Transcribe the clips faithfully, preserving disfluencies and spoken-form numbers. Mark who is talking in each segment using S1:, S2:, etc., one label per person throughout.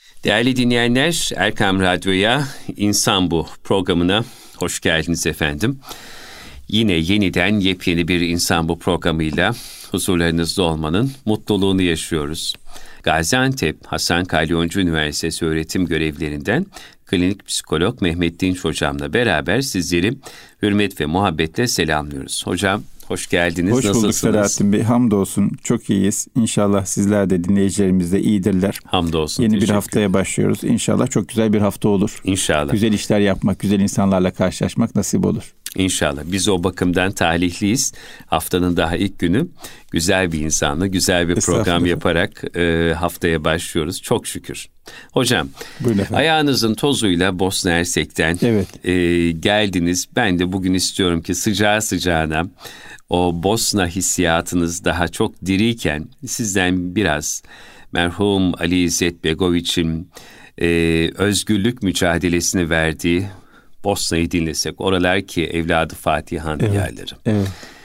S1: Değerli dinleyenler, Erkam Radyo'ya, İnsan Bu programına hoş geldiniz efendim. Yine yeniden yepyeni bir İnsan Bu programıyla huzurlarınızda olmanın mutluluğunu yaşıyoruz. Gaziantep Hasan Kalyoncu Üniversitesi öğretim görevlilerinden klinik psikolog Mehmet Dinç hocamla beraber sizleri hürmet ve muhabbetle selamlıyoruz. Hocam hoş geldiniz.
S2: Hoş
S1: Nasılsınız?
S2: bulduk Selahattin Bey. Hamdolsun. Çok iyiyiz. İnşallah sizler de dinleyicilerimiz de iyidirler.
S1: Hamdolsun.
S2: Yeni bir haftaya başlıyoruz. İnşallah çok güzel bir hafta olur.
S1: İnşallah.
S2: Güzel işler yapmak, güzel insanlarla karşılaşmak nasip olur.
S1: İnşallah. Biz o bakımdan talihliyiz. Haftanın daha ilk günü güzel bir insanla, güzel bir program yaparak e, haftaya başlıyoruz. Çok şükür. Hocam, ayağınızın tozuyla Bosna Hersek'ten
S2: evet.
S1: e, geldiniz. Ben de bugün istiyorum ki sıcağı sıcağına o Bosna hissiyatınız daha çok diriyken sizden biraz merhum Ali İzzet Begoviç'in e, özgürlük mücadelesini verdiği Bosna'yı dinlesek. Oralar ki evladı Fatihan
S2: evet,
S1: yerleri.
S2: Evet.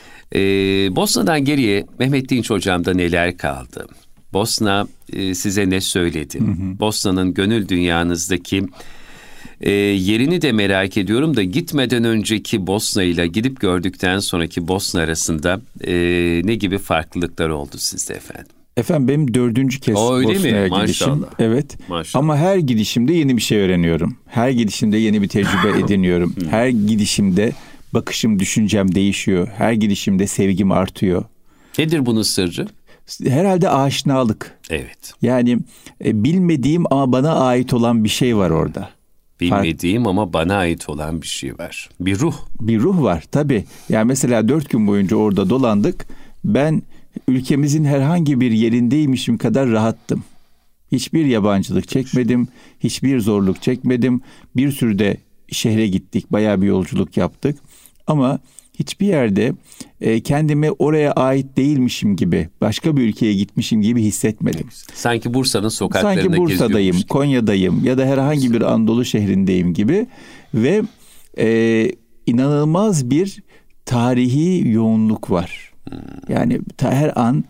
S1: Ee, Bosna'dan geriye Mehmet Dinç hocamda neler kaldı? Bosna e, size ne söyledi? Hı hı. Bosna'nın gönül dünyanızdaki e, yerini de merak ediyorum da gitmeden önceki Bosna ile gidip gördükten sonraki Bosna arasında e, ne gibi farklılıklar oldu sizde efendim?
S2: Efendim benim dördüncü kez Bosna'ya gidişim. Evet.
S1: Maşallah.
S2: Ama her gidişimde yeni bir şey öğreniyorum. Her gidişimde yeni bir tecrübe ediniyorum. Her gidişimde bakışım, düşüncem değişiyor. Her gidişimde sevgim artıyor.
S1: Nedir bunun sırrı?
S2: Herhalde aşinalık.
S1: Evet.
S2: Yani e, bilmediğim ama bana ait olan bir şey var orada.
S1: Bilmediğim Fark... ama bana ait olan bir şey var. Bir ruh.
S2: Bir ruh var tabii. Yani mesela dört gün boyunca orada dolandık. Ben ülkemizin herhangi bir yerindeymişim kadar rahattım. Hiçbir yabancılık çekmedim, hiçbir zorluk çekmedim. Bir sürü de şehre gittik, bayağı bir yolculuk yaptık. Ama hiçbir yerde e, kendimi oraya ait değilmişim gibi, başka bir ülkeye gitmişim gibi hissetmedim.
S1: Sanki Bursa'nın sokaklarında geziyormuş.
S2: Sanki Bursa'dayım, Konya'dayım ya da herhangi bir Anadolu şehrindeyim gibi. Ve e, inanılmaz bir tarihi yoğunluk var. Yani her an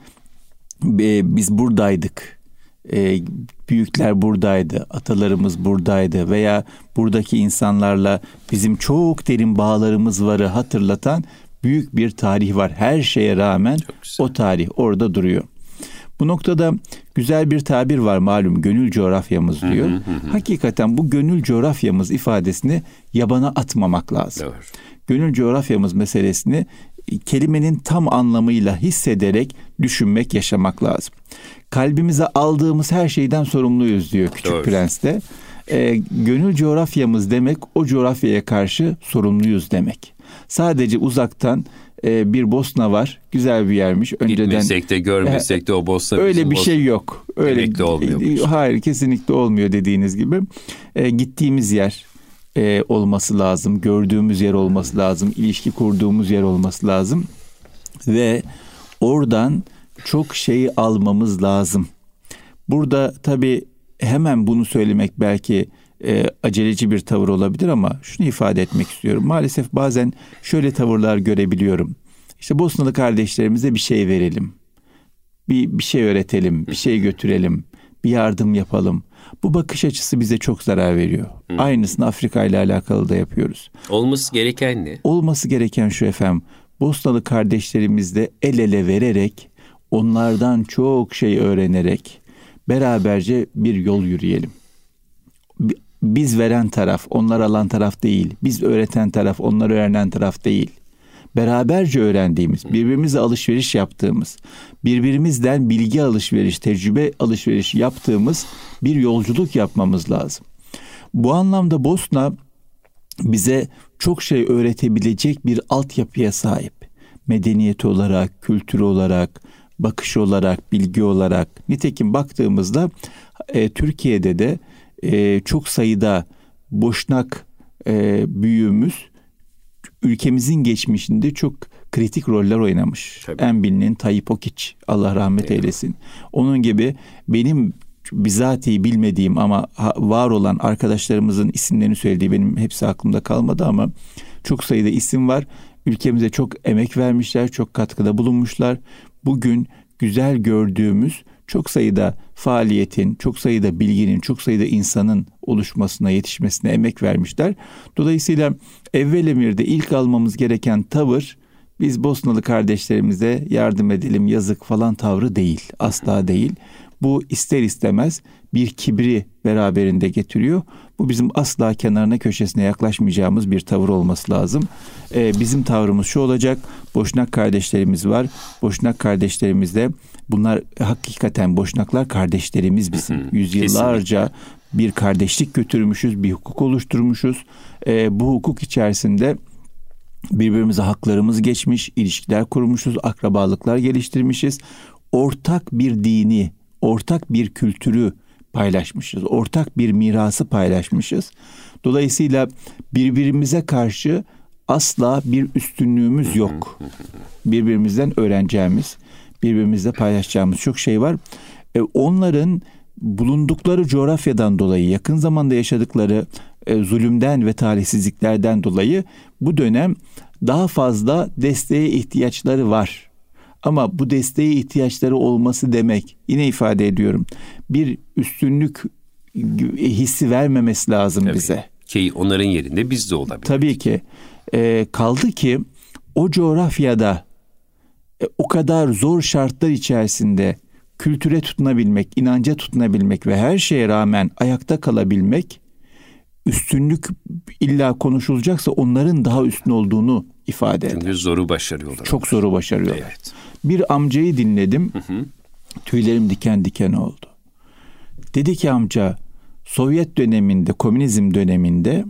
S2: e, biz buradaydık, e, büyükler buradaydı, atalarımız buradaydı veya buradaki insanlarla bizim çok derin bağlarımız varı hatırlatan büyük bir tarih var. Her şeye rağmen o tarih orada duruyor. Bu noktada güzel bir tabir var malum, gönül coğrafyamız diyor. Hı hı hı. Hakikaten bu gönül coğrafyamız ifadesini yabana atmamak lazım. Doğru. Gönül coğrafyamız meselesini kelimenin tam anlamıyla hissederek düşünmek, yaşamak lazım. Kalbimize aldığımız her şeyden sorumluyuz diyor Küçük Doğru. Prens'te. E, gönül coğrafyamız demek o coğrafyaya karşı sorumluyuz demek. Sadece uzaktan e, bir Bosna var, güzel bir yermiş. Önceden
S1: gitmesek de görmesek e, de o Bosna
S2: öyle bir
S1: Bosna.
S2: şey yok. Öyle
S1: Demekle olmuyor.
S2: Hayır, kesinlikle olmuyor dediğiniz gibi. E, gittiğimiz yer e, olması lazım, gördüğümüz yer olması lazım, ilişki kurduğumuz yer olması lazım ve oradan çok şey almamız lazım. Burada tabii hemen bunu söylemek belki e, aceleci bir tavır olabilir ama şunu ifade etmek istiyorum. Maalesef bazen şöyle tavırlar görebiliyorum. İşte Bosnalı kardeşlerimize bir şey verelim, bir, bir şey öğretelim, bir şey götürelim, bir yardım yapalım. Bu bakış açısı bize çok zarar veriyor. Hı. Aynısını Afrika ile alakalı da yapıyoruz.
S1: Olması gereken ne?
S2: Olması gereken şu efendim. Bosnalı kardeşlerimizle el ele vererek, onlardan çok şey öğrenerek beraberce bir yol yürüyelim. Biz veren taraf, onlar alan taraf değil. Biz öğreten taraf, onlar öğrenen taraf değil. Beraberce öğrendiğimiz, birbirimizle alışveriş yaptığımız, birbirimizden bilgi alışveriş, tecrübe alışveriş yaptığımız bir yolculuk yapmamız lazım. Bu anlamda Bosna bize çok şey öğretebilecek bir altyapıya sahip. Medeniyet olarak, kültür olarak, bakış olarak, bilgi olarak. Nitekim baktığımızda e, Türkiye'de de e, çok sayıda Boşnak e, büyüğümüz ülkemizin geçmişinde çok kritik roller oynamış. Tabii. En bilinen Tayyip Okiç, Allah rahmet evet. eylesin. Onun gibi benim bizatihi bilmediğim ama var olan arkadaşlarımızın isimlerini söylediği benim hepsi aklımda kalmadı ama çok sayıda isim var. Ülkemize çok emek vermişler, çok katkıda bulunmuşlar. Bugün güzel gördüğümüz çok sayıda faaliyetin, çok sayıda bilginin, çok sayıda insanın oluşmasına, yetişmesine emek vermişler. Dolayısıyla evvel emirde ilk almamız gereken tavır, biz Bosnalı kardeşlerimize yardım edelim, yazık falan tavrı değil. Asla değil. Bu ister istemez bir kibri beraberinde getiriyor. Bu bizim asla kenarına köşesine yaklaşmayacağımız bir tavır olması lazım. Ee, bizim tavrımız şu olacak. Boşnak kardeşlerimiz var. Boşnak kardeşlerimizde bunlar hakikaten Boşnaklar kardeşlerimiz bizim. Yüzyıllarca bir kardeşlik götürmüşüz, bir hukuk oluşturmuşuz. Ee, bu hukuk içerisinde birbirimize haklarımız geçmiş, ilişkiler kurmuşuz, akrabalıklar geliştirmişiz. Ortak bir dini, ortak bir kültürü paylaşmışız. Ortak bir mirası paylaşmışız. Dolayısıyla birbirimize karşı asla bir üstünlüğümüz yok. Birbirimizden öğreneceğimiz, birbirimizle paylaşacağımız çok şey var. Ee, onların bulundukları coğrafyadan dolayı, yakın zamanda yaşadıkları e, zulümden ve talihsizliklerden dolayı bu dönem daha fazla desteğe ihtiyaçları var. Ama bu desteğe ihtiyaçları olması demek, yine ifade ediyorum, bir üstünlük hissi vermemesi lazım
S1: Tabii.
S2: bize.
S1: Ki onların yerinde biz de olabilir.
S2: Tabii ki. E, kaldı ki o coğrafyada e, o kadar zor şartlar içerisinde kültüre tutunabilmek, inanca tutunabilmek ve her şeye rağmen ayakta kalabilmek, üstünlük illa konuşulacaksa onların daha üstün olduğunu ifade eder.
S1: Çünkü zoru başarıyorlar.
S2: Çok zoru başarıyorlar.
S1: Evet.
S2: Bir amcayı dinledim. Hı hı. Tüylerim diken diken oldu. Dedi ki amca, Sovyet döneminde, komünizm döneminde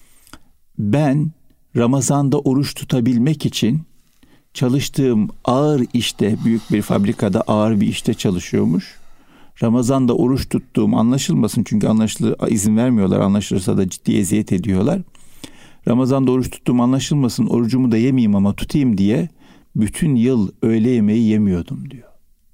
S2: ben Ramazan'da oruç tutabilmek için çalıştığım ağır işte, büyük bir fabrikada ağır bir işte çalışıyormuş. Ramazan'da oruç tuttuğum anlaşılmasın, çünkü anlaşılır, izin vermiyorlar, anlaşılırsa da ciddi eziyet ediyorlar. Ramazan'da oruç tuttuğum anlaşılmasın, orucumu da yemeyeyim ama tutayım diye bütün yıl öğle yemeği yemiyordum diyor.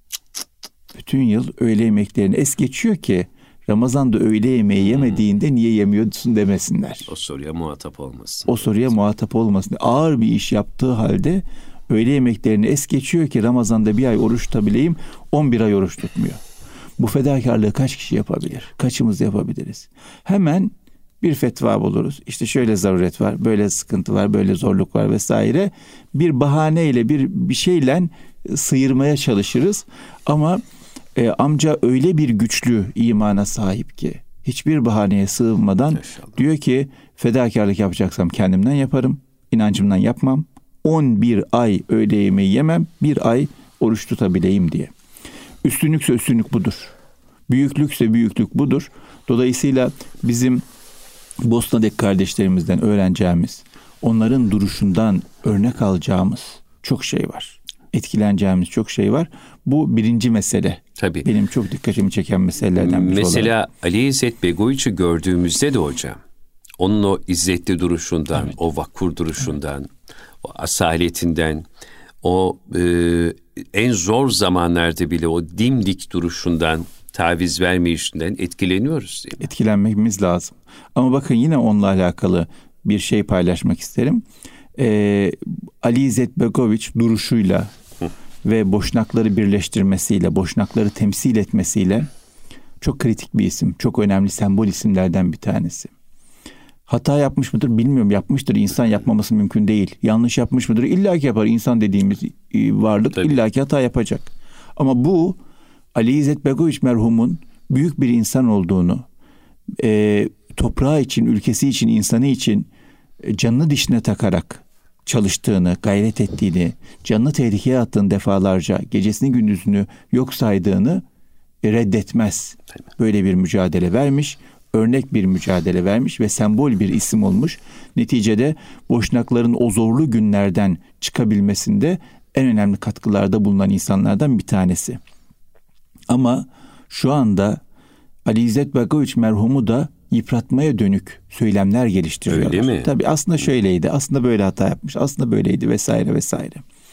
S2: Bütün yıl öğle yemeklerini es geçiyor ki Ramazan'da öğle yemeği yemediğinde niye yemiyorsun demesinler.
S1: O soruya muhatap olmasın.
S2: O soruya muhatap olmasın. Ağır bir iş yaptığı halde öğle yemeklerini es geçiyor ki Ramazan'da bir ay oruç tutabileyim, on bir ay oruç tutmuyor. Bu fedakarlığı kaç kişi yapabilir? Kaçımız yapabiliriz? Hemen bir fetva buluruz. İşte şöyle zaruret var, böyle sıkıntı var, böyle zorluk var vesaire. Bir bahaneyle, bir bir şeyle sıyırmaya çalışırız. Ama e, amca öyle bir güçlü imana sahip ki hiçbir bahaneye sığınmadan İnşallah. Diyor ki fedakarlık yapacaksam kendimden yaparım, inancımdan yapmam. on bir ay öğle yemeği yemem, bir ay oruç tutabileyim diye. Üstünlükse üstünlük budur. Büyüklükse büyüklük budur. Dolayısıyla bizim Bosna'daki kardeşlerimizden öğreneceğimiz, onların duruşundan örnek alacağımız çok şey var. Etkileneceğimiz çok şey var. Bu birinci mesele.
S1: Tabii.
S2: Benim çok dikkatimi çeken meselelerden biri olarak.
S1: Mesela Ali İzzet Begoviç'i gördüğümüzde de hocam, onun o izzetli duruşundan, evet. o vakur duruşundan, evet. o asaletinden, o e, en zor zamanlarda bile o dimdik duruşundan, taviz vermeyişinden etkileniyoruz değil mi?
S2: Etkilenmemiz lazım. Ama bakın yine onunla alakalı bir şey paylaşmak isterim. Ee, Ali İzzet Begoviç duruşuyla Hı. ve Boşnakları birleştirmesiyle, Boşnakları temsil etmesiyle çok kritik bir isim. Çok önemli sembol isimlerden bir tanesi. Hata yapmış mıdır bilmiyorum, yapmıştır. İnsan yapmaması mümkün değil. Yanlış yapmış mıdır? İlla ki yapar. İnsan dediğimiz varlık Tabii. illa ki hata yapacak. Ama bu Ali İzzet Begoviç merhumun büyük bir insan olduğunu, e, toprağı için, ülkesi için, insanı için canını dişine takarak çalıştığını, gayret ettiğini, canını tehlikeye attığını defalarca, gecesini gündüzünü yok saydığını reddetmez. Böyle bir mücadele vermiş, örnek bir mücadele vermiş ve sembol bir isim olmuş. Neticede Boşnakların o zorlu günlerden çıkabilmesinde en önemli katkılarda bulunan insanlardan bir tanesi. Ama şu anda Ali İzzet Begoviç merhumu da yıpratmaya dönük söylemler geliştiriyorlar.
S1: Öyle mi?
S2: Tabii aslında şöyleydi, aslında böyle hata yapmış, aslında böyleydi vesaire vesaire.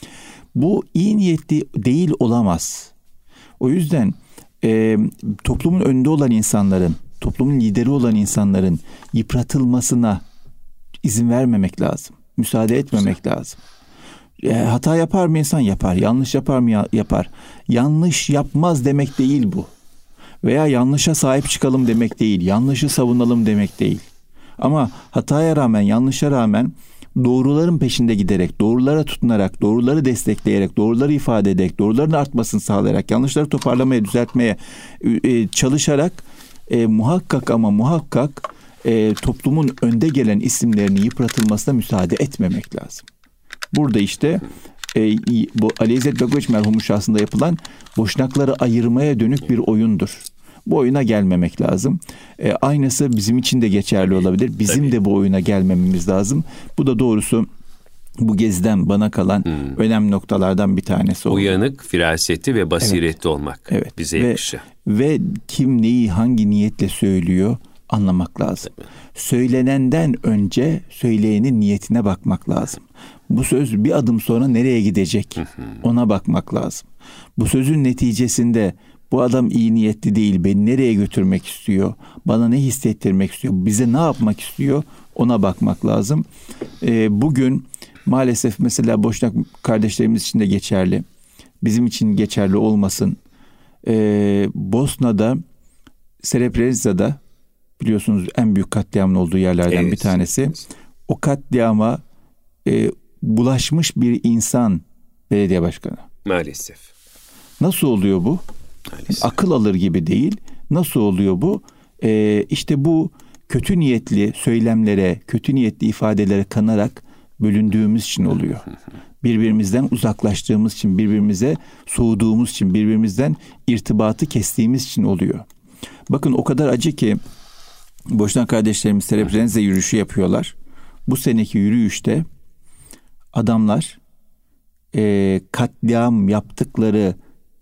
S2: Bu iyi niyetli değil, olamaz. O yüzden e, toplumun önünde olan insanların, toplumun lideri olan insanların yıpratılmasına izin vermemek lazım. Müsaade etmemek Güzel. lazım. E, hata yapar mı insan? Yapar. Yanlış yapar mı? Ya, yapar. Yanlış yapmaz demek değil bu. Veya yanlışa sahip çıkalım demek değil. Yanlışı savunalım demek değil. Ama hataya rağmen, yanlışa rağmen doğruların peşinde giderek, doğrulara tutunarak, doğruları destekleyerek, doğruları ifade ederek, doğruların artmasını sağlayarak, yanlışları toparlamaya, düzeltmeye e, çalışarak e, muhakkak ama muhakkak e, toplumun önde gelen isimlerinin yıpratılmasına müsaade etmemek lazım. Burada işte e, bu Ali İzzet Begoviç merhumun şahsında yapılan boşnakları ayırmaya dönük bir oyundur. Bu oyuna gelmemek lazım. E, aynısı bizim için de geçerli olabilir. Bizim Tabii. de bu oyuna gelmememiz lazım. Bu da doğrusu bu geziden bana kalan hmm. önemli noktalardan bir tanesi oldu.
S1: Uyanık, firasetli ve basiretli evet. olmak
S2: evet.
S1: bize
S2: ve,
S1: yakışır.
S2: Ve kim neyi hangi niyetle söylüyor anlamak lazım. Tabii. Söylenenden önce söyleyenin niyetine bakmak lazım. Bu söz bir adım sonra nereye gidecek ona bakmak lazım. Bu sözün neticesinde bu adam iyi niyetli değil, beni nereye götürmek istiyor, bana ne hissettirmek istiyor, bize ne yapmak istiyor ona bakmak lazım. Ee, bugün maalesef mesela Boşnak kardeşlerimiz için de geçerli, bizim için geçerli olmasın. Ee, Bosna'da, Srebrenica'da biliyorsunuz en büyük katliamın olduğu yerlerden evet, bir tanesi. Evet. O katliama e, bulaşmış bir insan belediye başkanı.
S1: Maalesef.
S2: Nasıl oluyor bu? Maalesef. Akıl alır gibi değil. Nasıl oluyor bu? Ee, işte bu kötü niyetli söylemlere, kötü niyetli ifadelere kanarak bölündüğümüz için oluyor. Birbirimizden uzaklaştığımız için, birbirimize soğuduğumuz için, birbirimizden irtibatı kestiğimiz için oluyor. Bakın o kadar acı ki Boşnak kardeşlerimiz Srebrenica yürüyüşü yapıyorlar. Bu seneki yürüyüşte adamlar e, katliam yaptıkları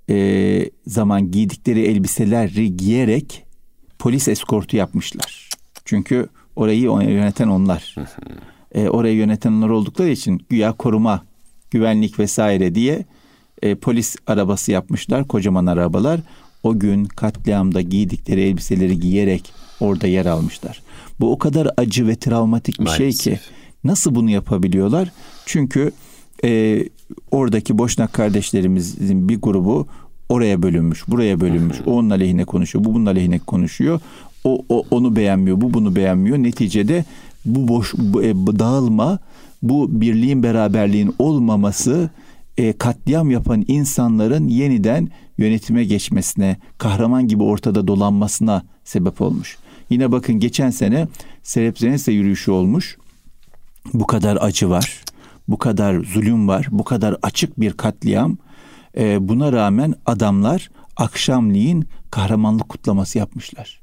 S2: e, zaman giydikleri elbiseleri giyerek polis eskortu yapmışlar. Çünkü orayı yöneten onlar. E, orayı yöneten onlar oldukları için güya koruma, güvenlik vesaire diye e, polis arabası yapmışlar. Kocaman arabalar. O gün katliamda giydikleri elbiseleri giyerek orada yer almışlar. Bu o kadar acı ve travmatik bir Maalesef. şey ki nasıl bunu yapabiliyorlar? Çünkü e, oradaki Boşnak kardeşlerimizin bir grubu oraya bölünmüş, buraya bölünmüş. O onun aleyhine konuşuyor, bu bunun aleyhine konuşuyor. O, o onu beğenmiyor, bu bunu beğenmiyor. Neticede bu boş bu, e, bu dağılma, bu birliğin beraberliğin olmaması e, katliam yapan insanların yeniden yönetime geçmesine, kahraman gibi ortada dolanmasına sebep olmuş. Yine bakın geçen sene Srebrenica yürüyüşü olmuş. Bu kadar acı var, bu kadar zulüm var, bu kadar açık bir katliam. Ee, buna rağmen adamlar akşamleyin kahramanlık kutlaması yapmışlar.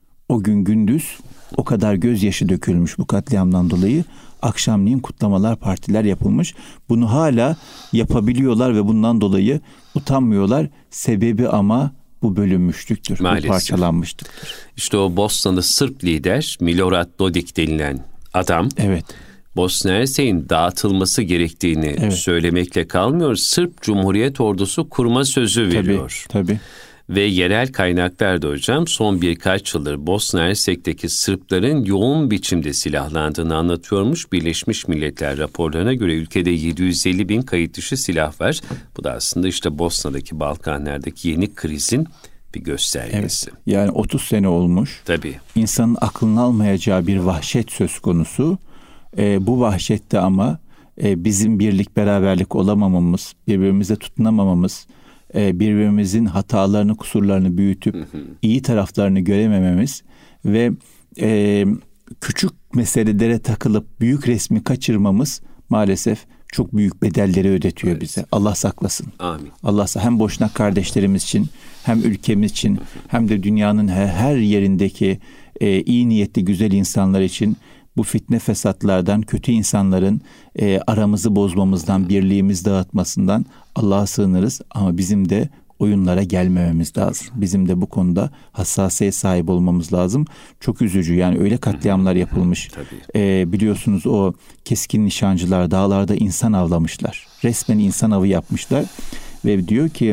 S2: O gün gündüz o kadar gözyaşı dökülmüş bu katliamdan dolayı. Akşamleyin kutlamalar, partiler yapılmış. Bunu hala yapabiliyorlar ve bundan dolayı utanmıyorlar. Sebebi ama bu bölünmüşlüktür. Maalesef. Bu parçalanmışlıktır.
S1: İşte o Bosna'da Sırp lider Milorad Dodik denilen adam.
S2: Evet.
S1: Bosna Hersek'in dağıtılması gerektiğini evet. söylemekle kalmıyor. Sırp Cumhuriyet Ordusu kurma sözü veriyor.
S2: Tabii, tabii.
S1: Ve yerel kaynaklarda hocam son birkaç yıldır Bosna Hersek'teki Sırpların yoğun biçimde silahlandığını anlatıyormuş. Birleşmiş Milletler raporlarına göre ülkede yedi yüz elli bin kayıt dışı silah var. Bu da aslında işte Bosna'daki, Balkanlardaki yeni krizin bir göstergesi.
S2: Evet, yani otuz sene olmuş.
S1: Tabii.
S2: İnsanın aklını almayacağı bir vahşet söz konusu. Ee, bu vahşette ama e, bizim birlik beraberlik olamamamız, birbirimize tutunamamamız, e, birbirimizin hatalarını, kusurlarını büyütüp hı hı. iyi taraflarını göremememiz ve e, küçük meselelere takılıp büyük resmi kaçırmamız maalesef çok büyük bedelleri ödetiyor evet. bize. Allah saklasın.
S1: Amin.
S2: Allah hem Boşnak kardeşlerimiz için, hem ülkemiz için, hı hı. hem de dünyanın her, her yerindeki e, iyi niyetli güzel insanlar için bu fitne fesatlardan, kötü insanların e, aramızı bozmamızdan, birliğimizi dağıtmasından Allah'a sığınırız. Ama bizim de oyunlara gelmememiz lazım. Bizim de bu konuda hassasiyet sahibi olmamız lazım. Çok üzücü, yani öyle katliamlar yapılmış. E, biliyorsunuz o keskin nişancılar dağlarda insan avlamışlar. Resmen insan avı yapmışlar. Ve diyor ki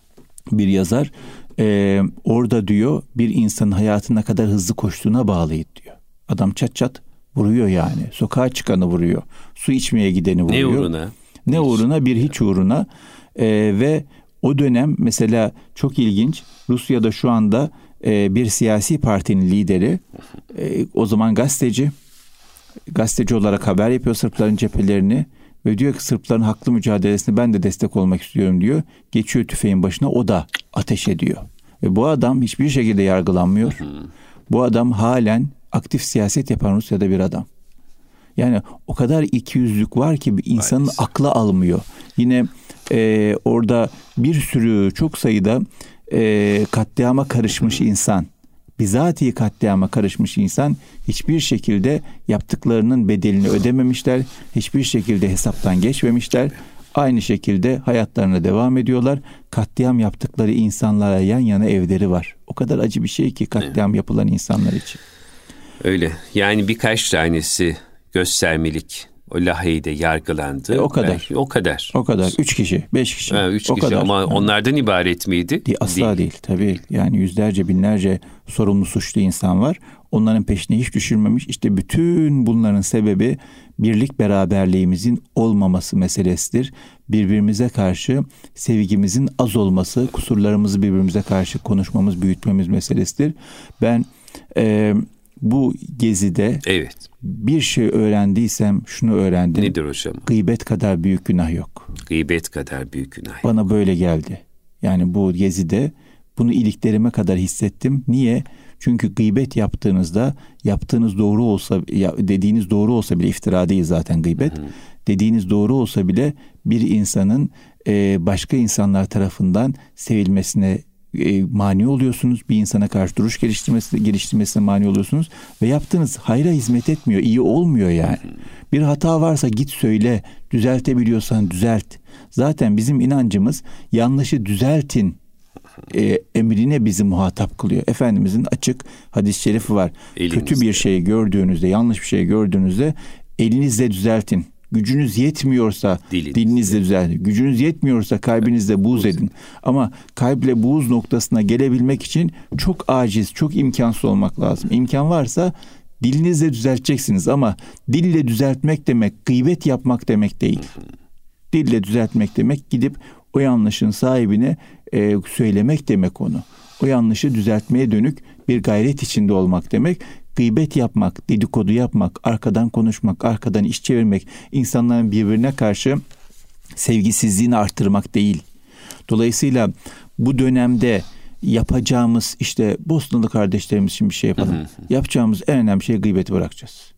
S2: bir yazar, e, orada diyor bir insanın hayatına kadar hızlı koştuğuna bağlıydı diyor. Adam çat çat vuruyor yani. Sokağa çıkanı vuruyor. Su içmeye gideni vuruyor.
S1: Ne uğruna?
S2: Ne uğruna? Bir hiç uğruna. E, ve o dönem mesela çok ilginç, Rusya'da şu anda e, bir siyasi partinin lideri, e, o zaman gazeteci, gazeteci olarak haber yapıyor Sırpların cephelerini ve diyor ki Sırpların haklı mücadelesine ben de destek olmak istiyorum diyor. Geçiyor tüfeğin başına, o da ateş ediyor. Ve bu adam hiçbir şekilde yargılanmıyor. Bu adam halen aktif siyaset yapan Rusya'da bir adam. Yani o kadar ikiyüzlülük var ki insanın Maalesef. aklı almıyor. Yine e, orada bir sürü çok sayıda e, katliama karışmış insan, bizatihi katliama karışmış insan hiçbir şekilde yaptıklarının bedelini ödememişler. Hiçbir şekilde hesaptan geçmemişler. Aynı şekilde hayatlarına devam ediyorlar. Katliam yaptıkları insanlara yan yana evleri var. O kadar acı bir şey ki katliam evet. yapılan insanlar için.
S1: Öyle. Yani birkaç tanesi göstermelik o Lahey'de yargılandı.
S2: E, o kadar.
S1: Belki o kadar.
S2: O kadar. Üç kişi, beş kişi.
S1: Ha, üç
S2: o
S1: kişi
S2: kadar.
S1: ama yani. Onlardan ibaret miydi?
S2: Asla değil. değil. Tabii yani yüzlerce, binlerce sorumlu suçlu insan var. Onların peşine hiç düşürmemiş. İşte bütün bunların sebebi birlik beraberliğimizin olmaması meselesidir. Birbirimize karşı sevgimizin az olması, kusurlarımızı birbirimize karşı konuşmamız, büyütmemiz meselesidir. Ben e, bu gezide evet. bir şey öğrendiysem şunu öğrendim.
S1: Nedir hocam?
S2: Gıybet kadar büyük günah yok.
S1: Gıybet kadar büyük günah yok.
S2: Bana böyle geldi. Yani bu gezide bunu iliklerime kadar hissettim. Niye? Çünkü gıybet yaptığınızda, yaptığınız doğru olsa, dediğiniz doğru olsa bile, iftira değil zaten gıybet. Hı. Dediğiniz doğru olsa bile bir insanın başka insanlar tarafından sevilmesine E, mani oluyorsunuz. Bir insana karşı duruş geliştirmesi, geliştirmesine mani oluyorsunuz. Ve yaptığınız hayra hizmet etmiyor. İyi olmuyor yani. Bir hata varsa git söyle. Düzeltebiliyorsan düzelt. Zaten bizim inancımız yanlışı düzeltin e, emrine bizi muhatap kılıyor. Efendimizin açık hadis-i şerifi var. Elinizde. Kötü bir şey gördüğünüzde, yanlış bir şey gördüğünüzde elinizle düzeltin. Gücünüz yetmiyorsa Diliniz. dilinizle düzeltin. Gücünüz yetmiyorsa kalbinizle buğz edin. Ama kalple buğz noktasına gelebilmek için çok aciz, çok imkansız olmak lazım. İmkan varsa dilinizle düzelteceksiniz ama dille düzeltmek demek gıybet yapmak demek değil. Dille düzeltmek demek gidip o yanlışın sahibine e, söylemek demek onu. O yanlışı düzeltmeye dönük bir gayret içinde olmak demek. Gıybet yapmak, dedikodu yapmak, arkadan konuşmak, arkadan iş çevirmek, insanların birbirine karşı sevgisizliğini arttırmak değil. Dolayısıyla bu dönemde yapacağımız, işte Bosnalı kardeşlerimiz için bir şey yapalım. Hı hı. Yapacağımız en önemli şey gıybeti bırakacağız.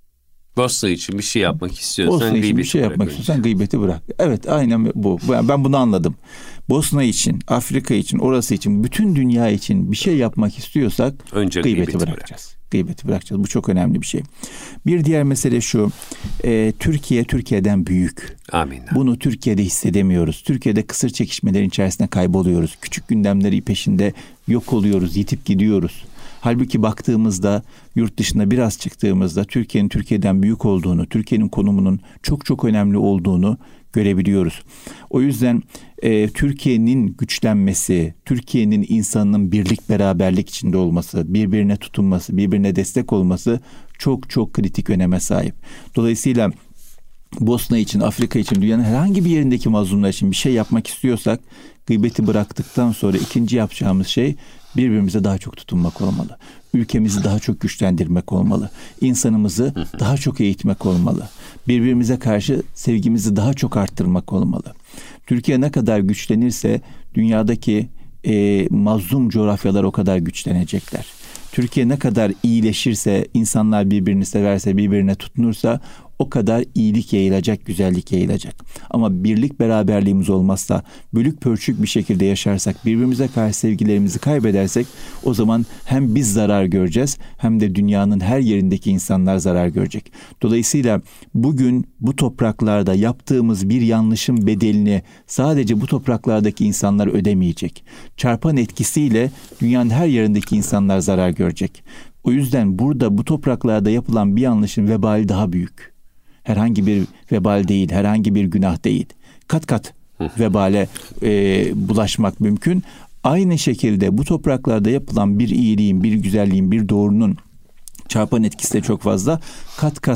S1: Bosna için bir şey yapmak istiyorsan
S2: Bosna için bir şey yapmak istiyorsan gıybeti bırak. Evet, aynen bu. Ben bunu anladım. Bosna için, Afrika için, orası için, bütün dünya için bir şey yapmak istiyorsak önce gıybeti, gıybeti bırakacağız. Bırak. Gıybeti bırakacağız. Bu çok önemli bir şey. Bir diğer mesele şu. E, Türkiye Türkiye'den büyük.
S1: Amin.
S2: Bunu Türkiye'de hissedemiyoruz. Türkiye'de kısır çekişmelerin içerisinde kayboluyoruz. Küçük gündemleri peşinde yok oluyoruz, yitip gidiyoruz. Halbuki baktığımızda, yurt dışına biraz çıktığımızda Türkiye'nin Türkiye'den büyük olduğunu, Türkiye'nin konumunun çok çok önemli olduğunu görebiliyoruz. O yüzden e, Türkiye'nin güçlenmesi, Türkiye'nin insanının birlik beraberlik içinde olması, birbirine tutunması, birbirine destek olması çok çok kritik öneme sahip. Dolayısıyla Bosna için, Afrika için, dünyanın herhangi bir yerindeki mazlumlar için bir şey yapmak istiyorsak, gıybeti bıraktıktan sonra ikinci yapacağımız şey birbirimize daha çok tutunmak olmalı. Ülkemizi daha çok güçlendirmek olmalı. İnsanımızı daha çok eğitmek olmalı. Birbirimize karşı sevgimizi daha çok arttırmak olmalı. Türkiye ne kadar güçlenirse dünyadaki e, mazlum coğrafyalar o kadar güçlenecekler. Türkiye ne kadar iyileşirse, insanlar birbirini severse, birbirine tutunursa o kadar iyilik yayılacak, güzellik yayılacak. Ama birlik beraberliğimiz olmazsa, bölük pörçük bir şekilde yaşarsak, birbirimize karşı sevgilerimizi kaybedersek o zaman hem biz zarar göreceğiz hem de dünyanın her yerindeki insanlar zarar görecek. Dolayısıyla bugün bu topraklarda yaptığımız bir yanlışın bedelini sadece bu topraklardaki insanlar ödemeyecek. Çarpan etkisiyle dünyanın her yerindeki insanlar zarar görecek. O yüzden burada bu topraklarda yapılan bir yanlışın vebali daha büyük. Herhangi bir vebal değil, herhangi bir günah değil. Kat kat vebale e, bulaşmak mümkün. Aynı şekilde bu topraklarda yapılan bir iyiliğin, bir güzelliğin, bir doğrunun çarpan etkisi de çok fazla. Kat kat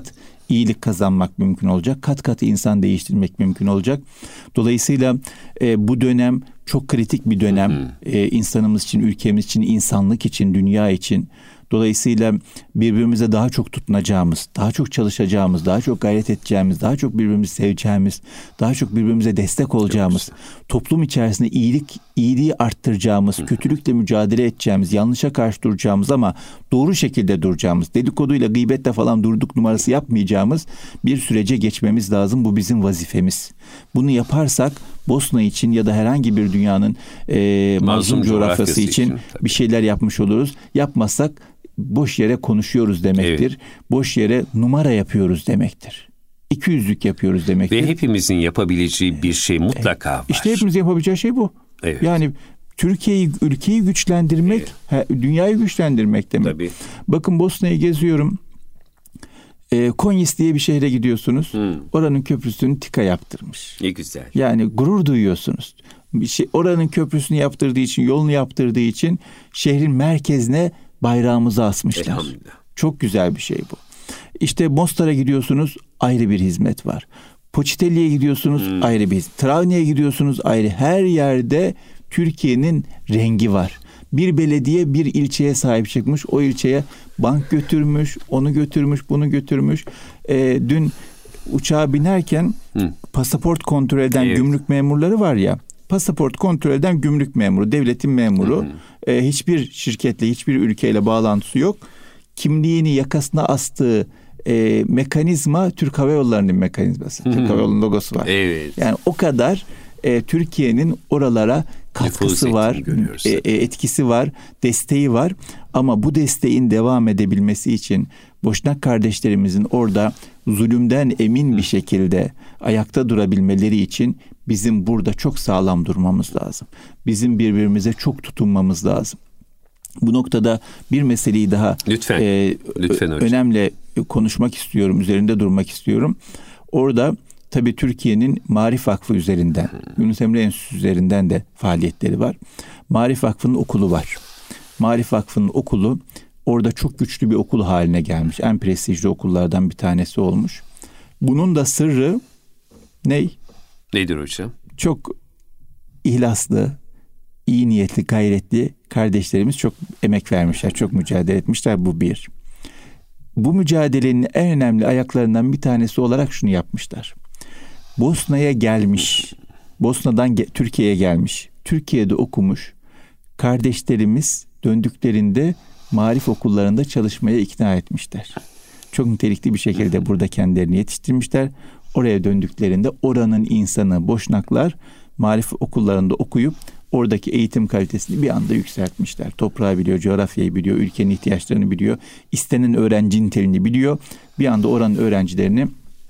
S2: iyilik kazanmak mümkün olacak. Kat kat insan değiştirmek mümkün olacak. Dolayısıyla e, bu dönem çok kritik bir dönem. Hı hı. E, insanımız için, ülkemiz için, insanlık için, dünya için. Dolayısıyla birbirimize daha çok tutunacağımız, daha çok çalışacağımız, daha çok gayret edeceğimiz, daha çok birbirimizi seveceğimiz, daha çok birbirimize destek olacağımız, toplum içerisinde iyilik, iyiliği arttıracağımız, kötülükle mücadele edeceğimiz, yanlışa karşı duracağımız ama doğru şekilde duracağımız, dedikoduyla, gıybetle falan durduk numarası yapmayacağımız bir sürece geçmemiz lazım. Bu bizim vazifemiz. Bunu yaparsak Bosna için ya da herhangi bir dünyanın e, mazlum coğrafyası için, için bir şeyler yapmış oluruz. Yapmazsak boş yere konuşuyoruz demektir. Evet. Boş yere numara yapıyoruz demektir. İkiyüzlülük yapıyoruz demektir.
S1: Ve hepimizin yapabileceği bir şey mutlaka var.
S2: İşte hepimizin yapabileceği şey bu.
S1: Evet.
S2: Yani Türkiye'yi, ülkeyi güçlendirmek, evet. dünyayı güçlendirmek demek.
S1: Tabii.
S2: Bakın Bosna'yı geziyorum. E, Konyis diye bir şehre gidiyorsunuz. Hmm. Oranın köprüsünü TİKA yaptırmış.
S1: Ne güzel.
S2: Yani gurur duyuyorsunuz. Bir şey, oranın köprüsünü yaptırdığı için, yolunu yaptırdığı için şehrin merkezine bayrağımızı asmışlar. Çok güzel bir şey bu. İşte Mostar'a gidiyorsunuz, ayrı bir hizmet var. Poçitelli'ye gidiyorsunuz, hmm. ayrı bir hizmet. Travni'ye gidiyorsunuz, ayrı. Her yerde Türkiye'nin rengi var. Bir belediye bir ilçeye sahip çıkmış. O ilçeye bank götürmüş, onu götürmüş, bunu götürmüş. E, dün uçağa binerken Hı. pasaport kontrol eden evet. gümrük memurları var ya. Pasaport kontrol eden gümrük memuru, devletin memuru. E, hiçbir şirketle, hiçbir ülkeyle bağlantısı yok. Kimliğini yakasına astığı e, mekanizma Türk Hava Yolları'nın mekanizması. Hı. Türk Hava Yolları'nın logosu var.
S1: Evet.
S2: Yani o kadar e, Türkiye'nin oralara katkısı var, e, etkisi var, desteği var. Ama bu desteğin devam edebilmesi için Boşnak kardeşlerimizin orada zulümden emin bir şekilde ayakta durabilmeleri için bizim burada çok sağlam durmamız lazım. Bizim birbirimize çok tutunmamız lazım. Bu noktada bir meseleyi daha
S1: lütfen, e, lütfen
S2: önemli konuşmak istiyorum, üzerinde durmak istiyorum. Orada tabii Türkiye'nin Maarif Vakfı üzerinden, Yunus Emre Enstitüsü üzerinden de faaliyetleri var. Maarif Vakfı'nın okulu var. Maarif Vakfı'nın okulu orada çok güçlü bir okul haline gelmiş. En prestijli okullardan bir tanesi olmuş. Bunun da sırrı ne?
S1: Nedir hocam?
S2: Çok ihlaslı, iyi niyetli, gayretli kardeşlerimiz çok emek vermişler, çok mücadele etmişler. Bu bir. Bu mücadelenin en önemli ayaklarından bir tanesi olarak şunu yapmışlar. Bosna'ya gelmiş, Bosna'dan ge- Türkiye'ye gelmiş, Türkiye'de okumuş kardeşlerimiz döndüklerinde marif okullarında çalışmaya ikna etmişler. Çok nitelikli bir şekilde burada kendilerini yetiştirmişler. Oraya döndüklerinde oranın insanı, Boşnaklar marif okullarında okuyup oradaki eğitim kalitesini bir anda yükseltmişler. Toprağı biliyor, coğrafyayı biliyor, ülkenin ihtiyaçlarını biliyor, istenen öğrenci niteliğini biliyor. Bir anda oranın öğrencilerini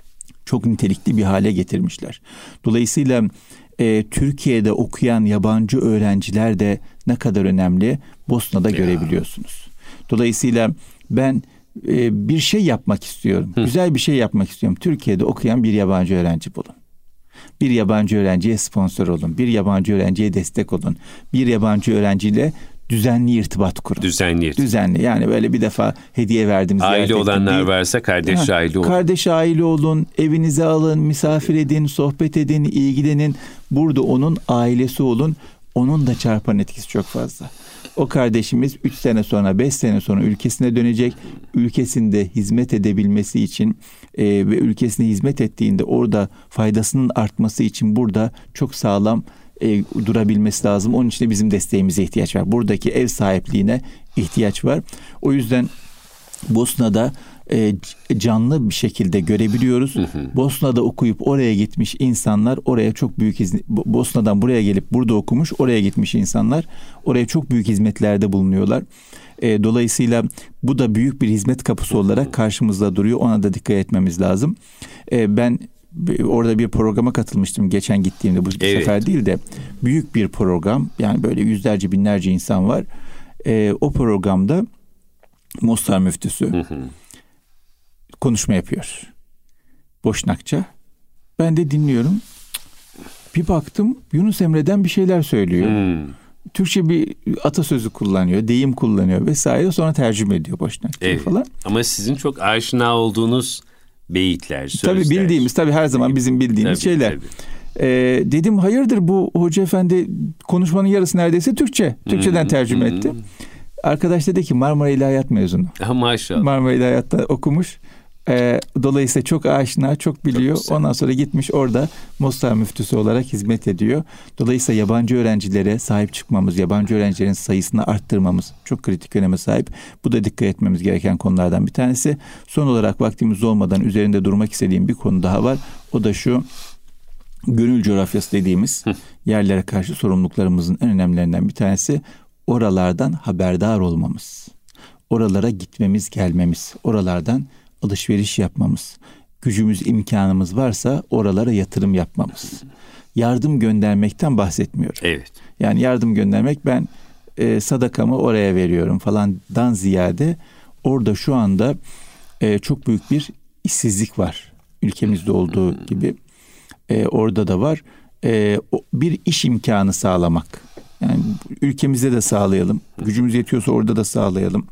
S2: çok nitelikli bir hale getirmişler. Dolayısıyla e, Türkiye'de okuyan yabancı öğrenciler de ne kadar önemli Bosna'da ya. görebiliyorsunuz. Dolayısıyla ben e, bir şey yapmak istiyorum. Hı. Güzel bir şey yapmak istiyorum. Türkiye'de okuyan bir yabancı öğrenci bulun. Bir yabancı öğrenciye sponsor olun. Bir yabancı öğrenciye destek olun. Bir yabancı öğrenciyle düzenli irtibat kurun.
S1: Düzenli irtibat.
S2: Düzenli. Yani böyle bir defa hediye verdiğimiz
S1: aile olanlar değil. Varsa kardeş ha, aile olun.
S2: Kardeş aile olun. Evinize alın, misafir edin, sohbet edin, ilgilenin. Burada onun ailesi olun. Onun da çarpan etkisi çok fazla. O kardeşimiz üç sene sonra, beş sene sonra ülkesine dönecek. Ülkesinde hizmet edebilmesi için e, ve ülkesine hizmet ettiğinde orada faydasının artması için burada çok sağlam e, durabilmesi lazım. Onun için de bizim desteğimize ihtiyaç var. Buradaki ev sahipliğine ihtiyaç var. O yüzden Bosna'da e, canlı bir şekilde görebiliyoruz. Hı hı. Bosna'da okuyup oraya gitmiş insanlar oraya çok büyük hizmet, Bosna'dan buraya gelip burada okumuş, oraya gitmiş insanlar oraya çok büyük hizmetlerde bulunuyorlar. E, dolayısıyla bu da büyük bir hizmet kapısı olarak karşımızda duruyor. Ona da dikkat etmemiz lazım. E, ben orada bir programa katılmıştım geçen gittiğimde, bu evet. sefer değil de büyük bir program, yani böyle yüzlerce binlerce insan var. E, o programda Mostar müftüsü hı hı. konuşma yapıyor. Boşnakça. Ben de dinliyorum. Bir baktım Yunus Emre'den bir şeyler söylüyor. Hmm. Türkçe bir atasözü kullanıyor, deyim kullanıyor vesaire. Sonra tercüme ediyor Boşnakça evet. falan.
S1: Ama sizin çok aşina olduğunuz beyitler, sözler.
S2: Tabii bildiğimiz, tabii her zaman bizim bildiğimiz
S1: tabii,
S2: şeyler.
S1: Tabii.
S2: Ee, dedim hayırdır, bu hoca efendi konuşmanın yarısı neredeyse Türkçe. Türkçeden hmm, tercüme hmm. etti. Arkadaş dedi ki Marmara İlahiyat mezunu.
S1: Ha, maşallah.
S2: Marmara İlahiyat'ta okumuş. Ee, dolayısıyla çok aşina, çok biliyor. Çok Ondan sonra gitmiş orada Mostar müftüsü olarak hizmet ediyor. Dolayısıyla yabancı öğrencilere sahip çıkmamız, yabancı öğrencilerin sayısını arttırmamız çok kritik öneme sahip. Bu da dikkat etmemiz gereken konulardan bir tanesi. Son olarak vaktimiz olmadan üzerinde durmak istediğim bir konu daha var. O da şu: gönül coğrafyası dediğimiz yerlere karşı sorumluluklarımızın en önemlilerinden bir tanesi oralardan haberdar olmamız. Oralara gitmemiz, gelmemiz, oralardan alışveriş yapmamız, gücümüz, imkanımız varsa oralara yatırım yapmamız. Yardım göndermekten bahsetmiyorum.
S1: Evet.
S2: Yani yardım göndermek, ben e, sadakamı oraya veriyorum falandan ziyade orada şu anda e, çok büyük bir işsizlik var. Ülkemizde olduğu gibi e, orada da var. E, bir iş imkanı sağlamak. Yani ülkemizde de sağlayalım. Gücümüz yetiyorsa orada da sağlayalım.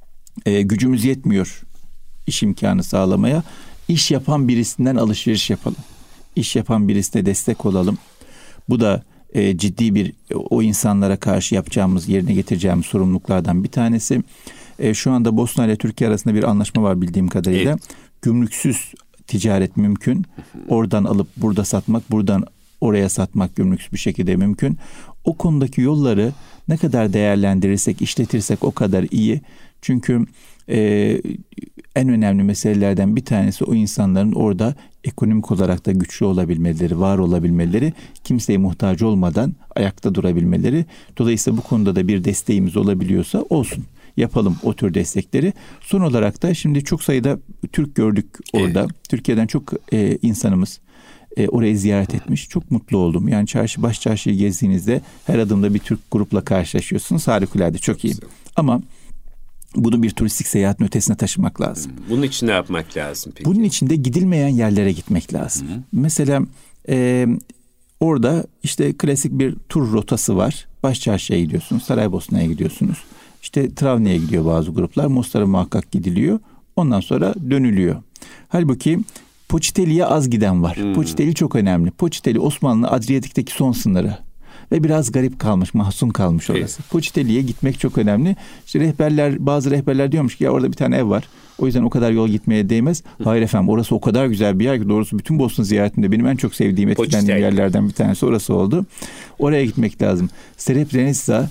S2: E, gücümüz yetmiyor iş imkanı sağlamaya. İş yapan birisinden alışveriş yapalım. İş yapan birisine destek olalım. Bu da e, ciddi bir o insanlara karşı yapacağımız, yerine getireceğimiz sorumluluklardan bir tanesi. E, şu anda Bosna ile Türkiye arasında bir anlaşma var bildiğim kadarıyla. Evet. Gümrüksüz ticaret mümkün. Oradan alıp burada satmak, buradan oraya satmak gümrüksüz bir şekilde mümkün. O konudaki yolları ne kadar değerlendirirsek, işletirsek o kadar iyi. Çünkü e, en önemli meselelerden bir tanesi o insanların orada ekonomik olarak da güçlü olabilmeleri, var olabilmeleri, kimseye muhtaç olmadan ayakta durabilmeleri. Dolayısıyla bu konuda da bir desteğimiz olabiliyorsa olsun. Yapalım o tür destekleri. Son olarak da şimdi çok sayıda Türk gördük orada. Evet. Türkiye'den çok e, insanımız e, orayı ziyaret etmiş. Çok mutlu oldum. Yani çarşı, baş çarşıyı gezdiğinizde her adımda bir Türk grupla karşılaşıyorsunuz. Harikulade, çok iyi. Ama bunu bir turistik seyahatin ötesine taşımak lazım.
S1: Bunun için ne yapmak lazım peki?
S2: Bunun için de gidilmeyen yerlere gitmek lazım. Hı. Mesela e, orada işte klasik bir tur rotası var. Başçarşıya gidiyorsunuz, Saraybosna'ya gidiyorsunuz. İşte Travni'ye gidiyor bazı gruplar. Mostar'a muhakkak gidiliyor. Ondan sonra dönülüyor. Halbuki Poçiteli'ye az giden var. Hmm. Poçiteli çok önemli. Poçiteli Osmanlı Adriyatik'teki son sınırı. Ve biraz garip kalmış, mahzun kalmış orası. Evet. Poçiteli'ye gitmek çok önemli. İşte rehberler, bazı rehberler diyormuş ki ya orada bir tane ev var. O yüzden o kadar yol gitmeye değmez. Hayır efendim, orası o kadar güzel bir yer ki doğrusu bütün Bosna ziyaretinde benim en çok sevdiğim, etkilendiğim yerlerden bir tanesi orası oldu. Oraya gitmek lazım. Srebrenica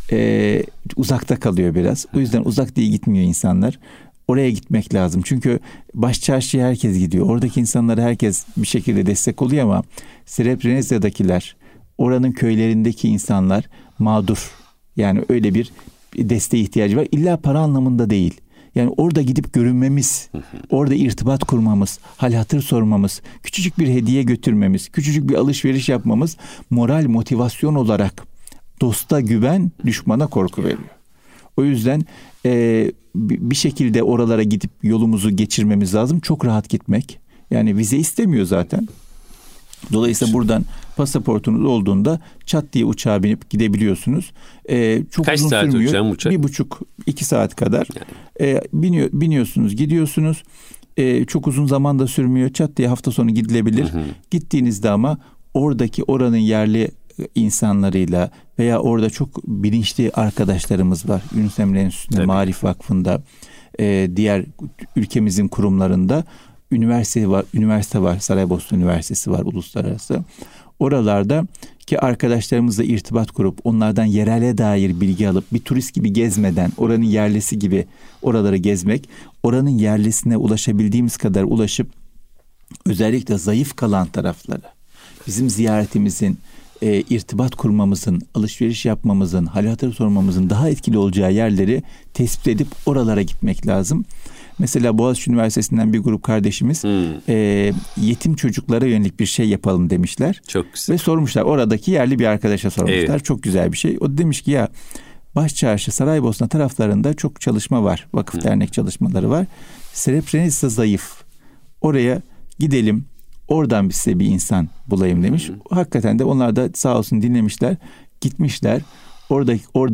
S2: e, uzakta kalıyor biraz. O yüzden uzak diye gitmiyor insanlar. Oraya gitmek lazım. Çünkü Başçarşı'ya herkes gidiyor. Oradaki insanlara herkes bir şekilde destek oluyor ama Srebrenica'dakiler, oranın köylerindeki insanlar mağdur. Yani öyle bir desteğe ihtiyacı var. İlla para anlamında değil. Yani orada gidip görünmemiz, orada irtibat kurmamız, hal hatır sormamız, küçücük bir hediye götürmemiz, küçücük bir alışveriş yapmamız moral, motivasyon olarak dosta güven, düşmana korku veriyor. O yüzden e, bir şekilde oralara gidip yolumuzu geçirmemiz lazım. Çok rahat gitmek. Yani vize istemiyor zaten. Dolayısıyla buradan pasaportunuz olduğunda çat diye uçağa binip gidebiliyorsunuz. Ee, çok
S1: Kaç
S2: uzun
S1: saat
S2: sürmüyor.
S1: hocam uçak?
S2: Bir buçuk, iki saat kadar. Yani. Ee, biniyor, biniyorsunuz, gidiyorsunuz. Ee, çok uzun zaman da sürmüyor. Çat diye hafta sonu gidilebilir. Hı hı. Gittiğinizde ama oradaki oranın yerli insanlarıyla veya orada çok bilinçli arkadaşlarımız var. Yunus Emre Enstitüsü'nde, Marif Vakfı'nda, e, diğer ülkemizin kurumlarında üniversite var, üniversite var, Saraybosna Üniversitesi var, uluslararası. Oralarda ki arkadaşlarımızla irtibat kurup onlardan yerele dair bilgi alıp bir turist gibi gezmeden oranın yerlisi gibi oraları gezmek, oranın yerlisine ulaşabildiğimiz kadar ulaşıp özellikle zayıf kalan taraflara bizim ziyaretimizin, e, irtibat kurmamızın, alışveriş yapmamızın, hal hatır sormamızın daha etkili olacağı yerleri tespit edip oralara gitmek lazım. Mesela Boğaziçi Üniversitesi'nden bir grup kardeşimiz hmm. e, yetim çocuklara yönelik bir şey yapalım demişler.
S1: Çok güzel.
S2: Ve sormuşlar, oradaki yerli bir arkadaşa sormuşlar. Evet. Çok güzel bir şey. O demiş ki ya Başçarşı, Saraybosna taraflarında çok çalışma var. Vakıf hmm. dernek çalışmaları var. Srebrenica zayıf. Oraya gidelim. Oradan bir size bir insan bulayım demiş. Hmm. Hakikaten de onlar da sağ olsun dinlemişler. Gitmişler. Orada, oradan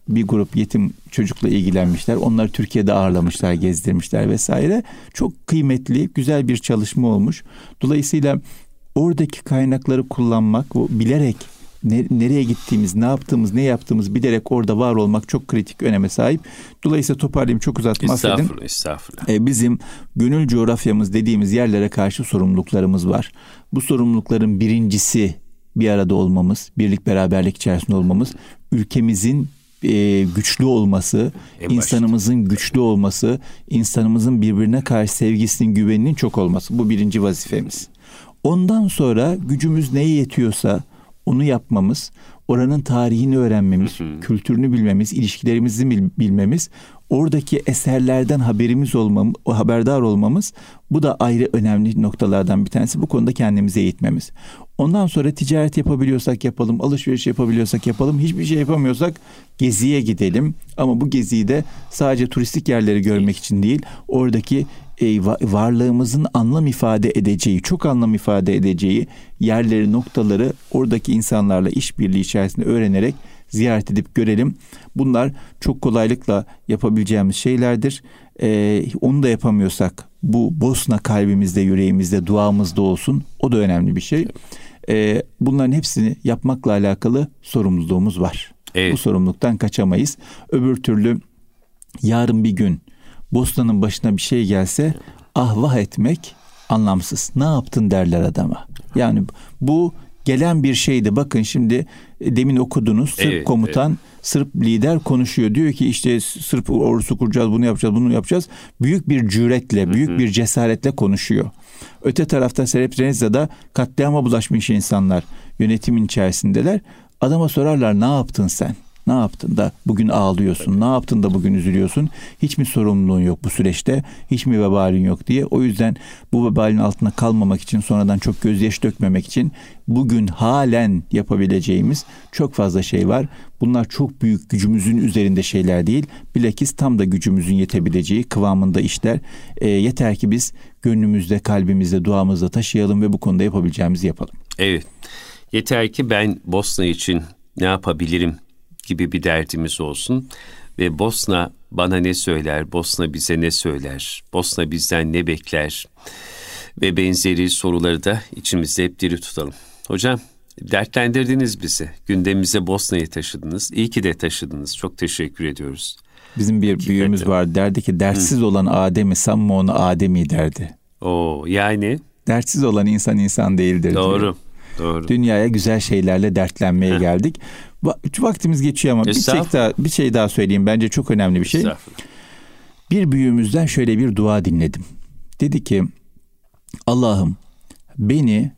S2: bir grup yetim çocukla ilgilenmişler. Onları Türkiye'de ağırlamışlar, gezdirmişler vesaire. Çok kıymetli, güzel bir çalışma olmuş. Dolayısıyla oradaki kaynakları kullanmak, bilerek nereye gittiğimiz, ne yaptığımız, ne yaptığımız bilerek orada var olmak çok kritik öneme sahip. Dolayısıyla toparlayayım, çok uzatma affedin.
S1: Estağfurullah, estağfurullah.
S2: Ee, bizim gönül coğrafyamız dediğimiz yerlere karşı sorumluluklarımız var. Bu sorumlulukların birincisi bir arada olmamız, birlik beraberlik içerisinde olmamız, ülkemizin e, güçlü olması, en insanımızın başta. güçlü olması, insanımızın birbirine karşı sevgisinin, güveninin çok olması. Bu birinci vazifemiz. Ondan sonra gücümüz neye yetiyorsa onu yapmamız, oranın tarihini öğrenmemiz, hı hı. kültürünü bilmemiz, ilişkilerimizi bilmemiz, oradaki eserlerden haberimiz olmamız, haberdar olmamız, bu da ayrı önemli noktalardan bir tanesi. Bu konuda kendimizi eğitmemiz. Ondan sonra ticaret yapabiliyorsak yapalım, alışveriş yapabiliyorsak yapalım, hiçbir şey yapamıyorsak geziye gidelim. Ama bu geziyi de sadece turistik yerleri görmek için değil, oradaki e, varlığımızın anlam ifade edeceği, çok anlam ifade edeceği yerleri, noktaları oradaki insanlarla işbirliği içerisinde öğrenerek ziyaret edip görelim. Bunlar çok kolaylıkla yapabileceğimiz şeylerdir. Ee, onu da yapamıyorsak bu Bosna kalbimizde, yüreğimizde, duamızda olsun. O da önemli bir şey. Ee, bunların hepsini yapmakla alakalı sorumluluğumuz var. Evet. Bu sorumluluktan kaçamayız. Öbür türlü yarın bir gün Bosna'nın başına bir şey gelse ah vah etmek anlamsız. Ne yaptın derler adama. Yani bu gelen bir şeydi. Bakın şimdi demin okudunuz. Sırp evet, komutan, evet. Sırp lider konuşuyor. Diyor ki işte Sırp ordusu kuracağız, bunu yapacağız, bunu yapacağız. Büyük bir cüretle, büyük Hı-hı. bir cesaretle konuşuyor. Öte tarafta Srebrenica'da katliama bulaşmış insanlar yönetimin içerisindeler. Adama sorarlar, ne yaptın sen? Ne yaptın da bugün ağlıyorsun? Ne yaptın da bugün üzülüyorsun? Hiç mi sorumluluğun yok bu süreçte? Hiç mi vebalin yok diye. O yüzden bu vebalin altına kalmamak için, sonradan çok gözyaşı dökmemek için bugün halen yapabileceğimiz çok fazla şey var. Bunlar çok büyük gücümüzün üzerinde şeyler değil. Bilakis tam da gücümüzün yetebileceği kıvamında işler. E, yeter ki biz gönlümüzde, kalbimizde, duamızda taşıyalım ve bu konuda yapabileceğimizi yapalım.
S1: Evet. Yeter ki ben Bosna için ne yapabilirim gibi bir derdimiz olsun ve Bosna bana ne söyler, Bosna bize ne söyler, Bosna bizden ne bekler ve benzeri soruları da içimizde hep diri tutalım. Hocam, dertlendirdiniz bizi, gündemimize Bosna'yı taşıdınız, iyi ki de taşıdınız, çok teşekkür ediyoruz.
S2: Bizim bir Hakikaten. büyüğümüz var, derdi ki dertsiz Hı. olan Adem'i sanma onu Adem'i derdi.
S1: Oo, yani?
S2: Dertsiz olan insan insan değildir.
S1: Doğru.
S2: Diyor.
S1: Doğru.
S2: Dünyaya güzel şeylerle dertlenmeye Heh. geldik. Vaktimiz geçiyor ama bir şey daha bir şey daha söyleyeyim. Bence çok önemli bir şey. Bir büyüğümüzden şöyle bir dua dinledim. Dedi ki, Allah'ım beni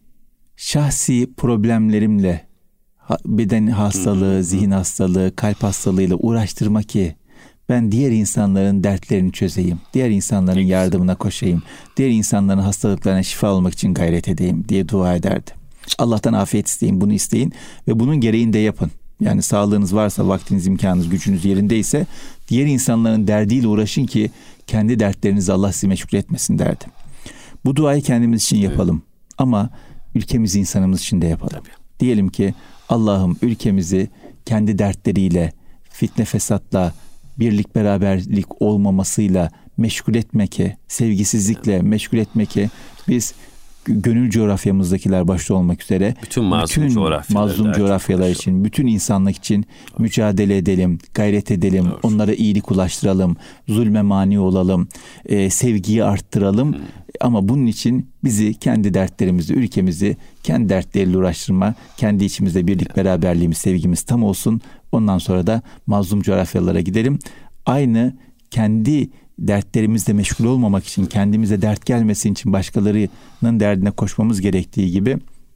S2: şahsi problemlerimle, beden hastalığı, zihin hastalığı, kalp hastalığıyla uğraştırma ki ben diğer insanların dertlerini çözeyim. Diğer insanların yardımına koşayım. Diğer insanların hastalıklarına şifa olmak için gayret edeyim diye dua ederdi. Allah'tan afiyet isteyin, bunu isteyin ve bunun gereğini de yapın. Yani sağlığınız varsa, vaktiniz, imkanınız, gücünüz yerindeyse diğer insanların derdiyle uğraşın ki kendi dertlerinizi Allah sizi meşgul etmesin derdi. Bu duayı kendimiz için yapalım evet. ama ülkemiz, insanımız için de yapalım. Tabii. Diyelim ki Allah'ım ülkemizi kendi dertleriyle, fitne fesatla, birlik beraberlik olmamasıyla meşgul etmeke, sevgisizlikle meşgul etmeke biz gönül coğrafyamızdakiler başta olmak üzere
S1: bütün mazlum bütün coğrafyalar,
S2: mazlum coğrafyalar için, bütün insanlık için evet. mücadele edelim, gayret edelim, evet. onlara iyilik ulaştıralım, zulme mani olalım, e, sevgiyi arttıralım. Hmm. Ama bunun için bizi, kendi dertlerimizi, ülkemizi kendi dertleriyle uğraştırma, kendi içimizde birlik, beraberliğimiz, sevgimiz tam olsun. Ondan sonra da mazlum coğrafyalara gidelim. Aynı kendi dertlerimizle meşgul olmamak için, kendimize dert gelmesin için başkalarının derdine koşmamız gerektiği gibi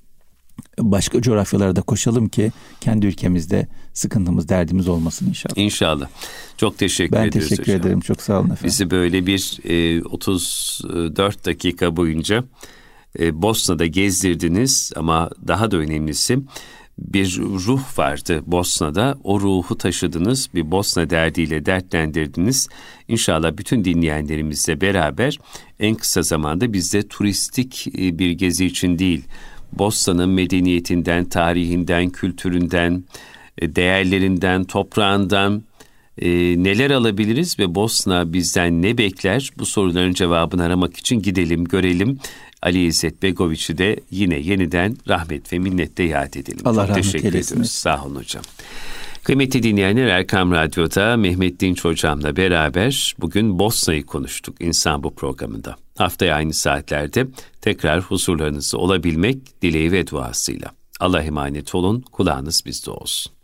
S2: başka coğrafyalara da koşalım ki kendi ülkemizde sıkıntımız, derdimiz olmasın inşallah.
S1: İnşallah. Çok teşekkür
S2: ben
S1: ediyoruz.
S2: Ben teşekkür
S1: hocam.
S2: ederim. Çok sağ olun efendim.
S1: Bizi böyle bir e, otuz dört dakika boyunca e, Bosna'da gezdirdiniz ama daha da önemlisi bir ruh vardı Bosna'da. O ruhu taşıdınız. Bir Bosna derdiyle dertlendirdiniz. İnşallah bütün dinleyenlerimizle beraber en kısa zamanda biz de turistik bir gezi için değil, Bosna'nın medeniyetinden, tarihinden, kültüründen, değerlerinden, toprağından e, neler alabiliriz ve Bosna bizden ne bekler? Bu soruların cevabını aramak için gidelim, görelim. Ali İzzet Begoviç'i de yine yeniden rahmet ve minnetle yad edelim.
S2: Allah
S1: Çok
S2: rahmet
S1: teşekkür
S2: eylesin.
S1: ediyoruz. Sağ olun hocam. Kıymetli dinleyenler, Erkam Radyo'da Mehmet Dinç hocamla beraber bugün Bosna'yı konuştuk İnsan Bu programında. Haftaya aynı saatlerde tekrar huzurlarınızda olabilmek dileği ve duasıyla. Allah'a emanet olun, kulağınız bizde olsun.